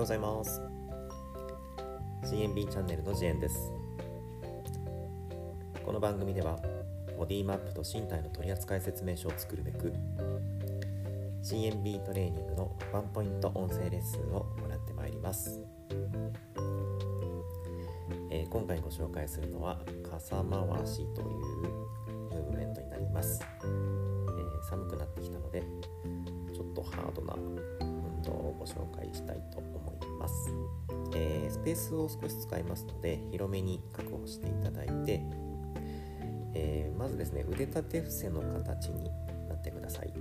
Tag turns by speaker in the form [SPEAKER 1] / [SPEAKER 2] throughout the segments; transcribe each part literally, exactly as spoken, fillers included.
[SPEAKER 1] ようございます。 シーエヌビー チャンネルのジエンです。この番組ではボディマップと身体の取扱説明書を作るべく シーエヌビー トレーニングのワンポイント音声レッスンを行ってまいります。えー、今回ご紹介するのは傘回しというムーブメントになります。えー、寒くなってきたのでちょっとハードな運動をご紹介したいと思います。えー、スペースを少し使いますので広めに確保していただいて、えー、まずですね、腕立て伏せの形になってください。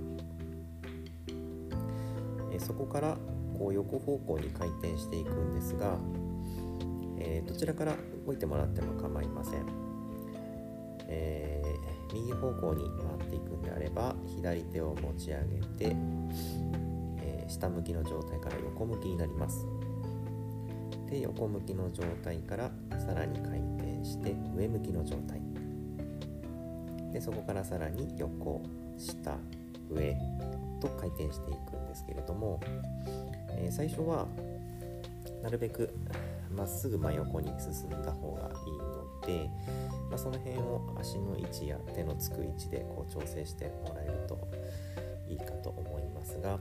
[SPEAKER 1] えー、そこからこう横方向に回転していくんですが、えー、どちらから動いてもらっても構いません。えー、右方向に回っていくんであれば左手を持ち上げて、えー、下向きの状態から横向きになります。で、横向きの状態からさらに回転して上向きの状態で、そこからさらに横、下、上と回転していくんですけれども、えー、最初はなるべくまっすぐ真横に進んだ方がいいので、まあ、その辺を足の位置や手のつく位置でこう調整してもらえるといいかと思いますが、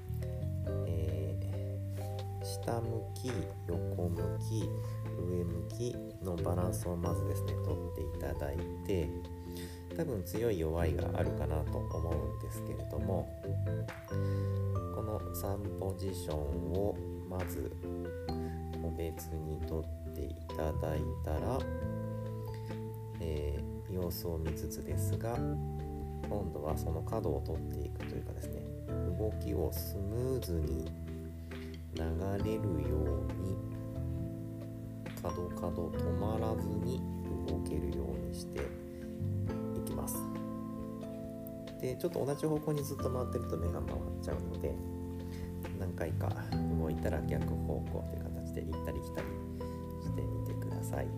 [SPEAKER 1] えー、下向き、横向き、上向きのバランスをまずですね取っていただいて、多分強い弱いがあるかなと思うんですけれども、このさんポジションをまず個別に取っていただいたら、えー、様子を見つつですが、今度はその角を取っていくというかですね、動きをスムーズに流れるように角角止まらずに動けるようにしていきます。で、ちょっと同じ方向にずっと回ってると目が回っちゃうので、何回か動いたら逆方向という形で行ったり来たりしてみてください。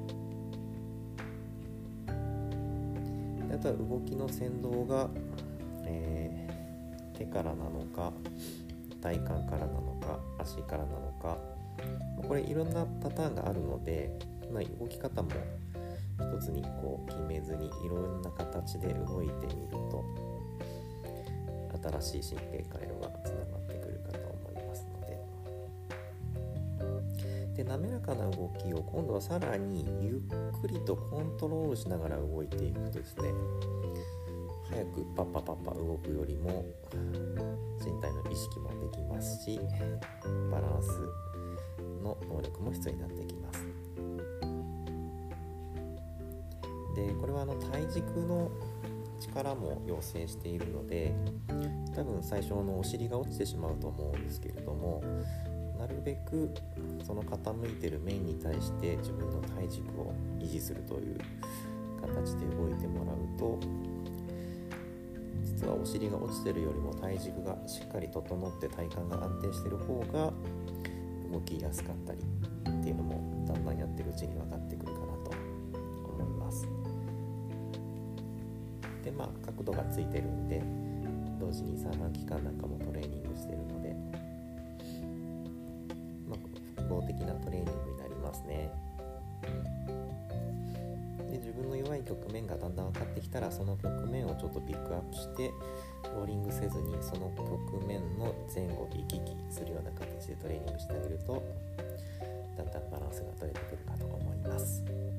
[SPEAKER 1] で、あとは動きの先導が、えー、手からなのか体幹からなのか足からなのか、これいろんなパターンがあるので、まあ、動き方も一つにこう決めずにいろんな形で動いてみると新しい神経回路がつながってくるかと思いますので、で滑らかな動きを今度はさらにゆっくりとコントロールしながら動いていくとですね、早くパッパパッパ動くよりも身体の意識もできますし、バランスの能力も必要になってきます。で、これはあの体軸の力も要請しているので、多分最初のお尻が落ちてしまうと思うんですけれども、なるべくその傾いている面に対して自分の体軸を維持するという形で動いてもらうと、実はお尻が落ちてるよりも体軸がしっかり整って体幹が安定している方が動きやすかったりっていうのもだんだんやってるうちに分かってくるかなと思います。で、まあ角度がついてるんで同時に三半規管なんかもトレーニングしてるので、まあ、複合的なトレーニングになりますね。で、自分の弱い局面がだんだん分かってきたら、その局面をちょっとピックアップしてローリングせずにその局面の前後行き来するような形でトレーニングしてあげるとだんだんバランスが取れてくるかと思います。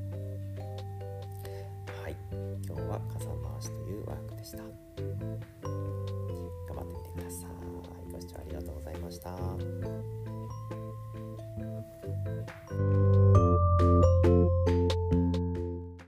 [SPEAKER 1] はい、今日は傘回しというワークでした。頑張ってみてください。ご視聴ありがとうございました。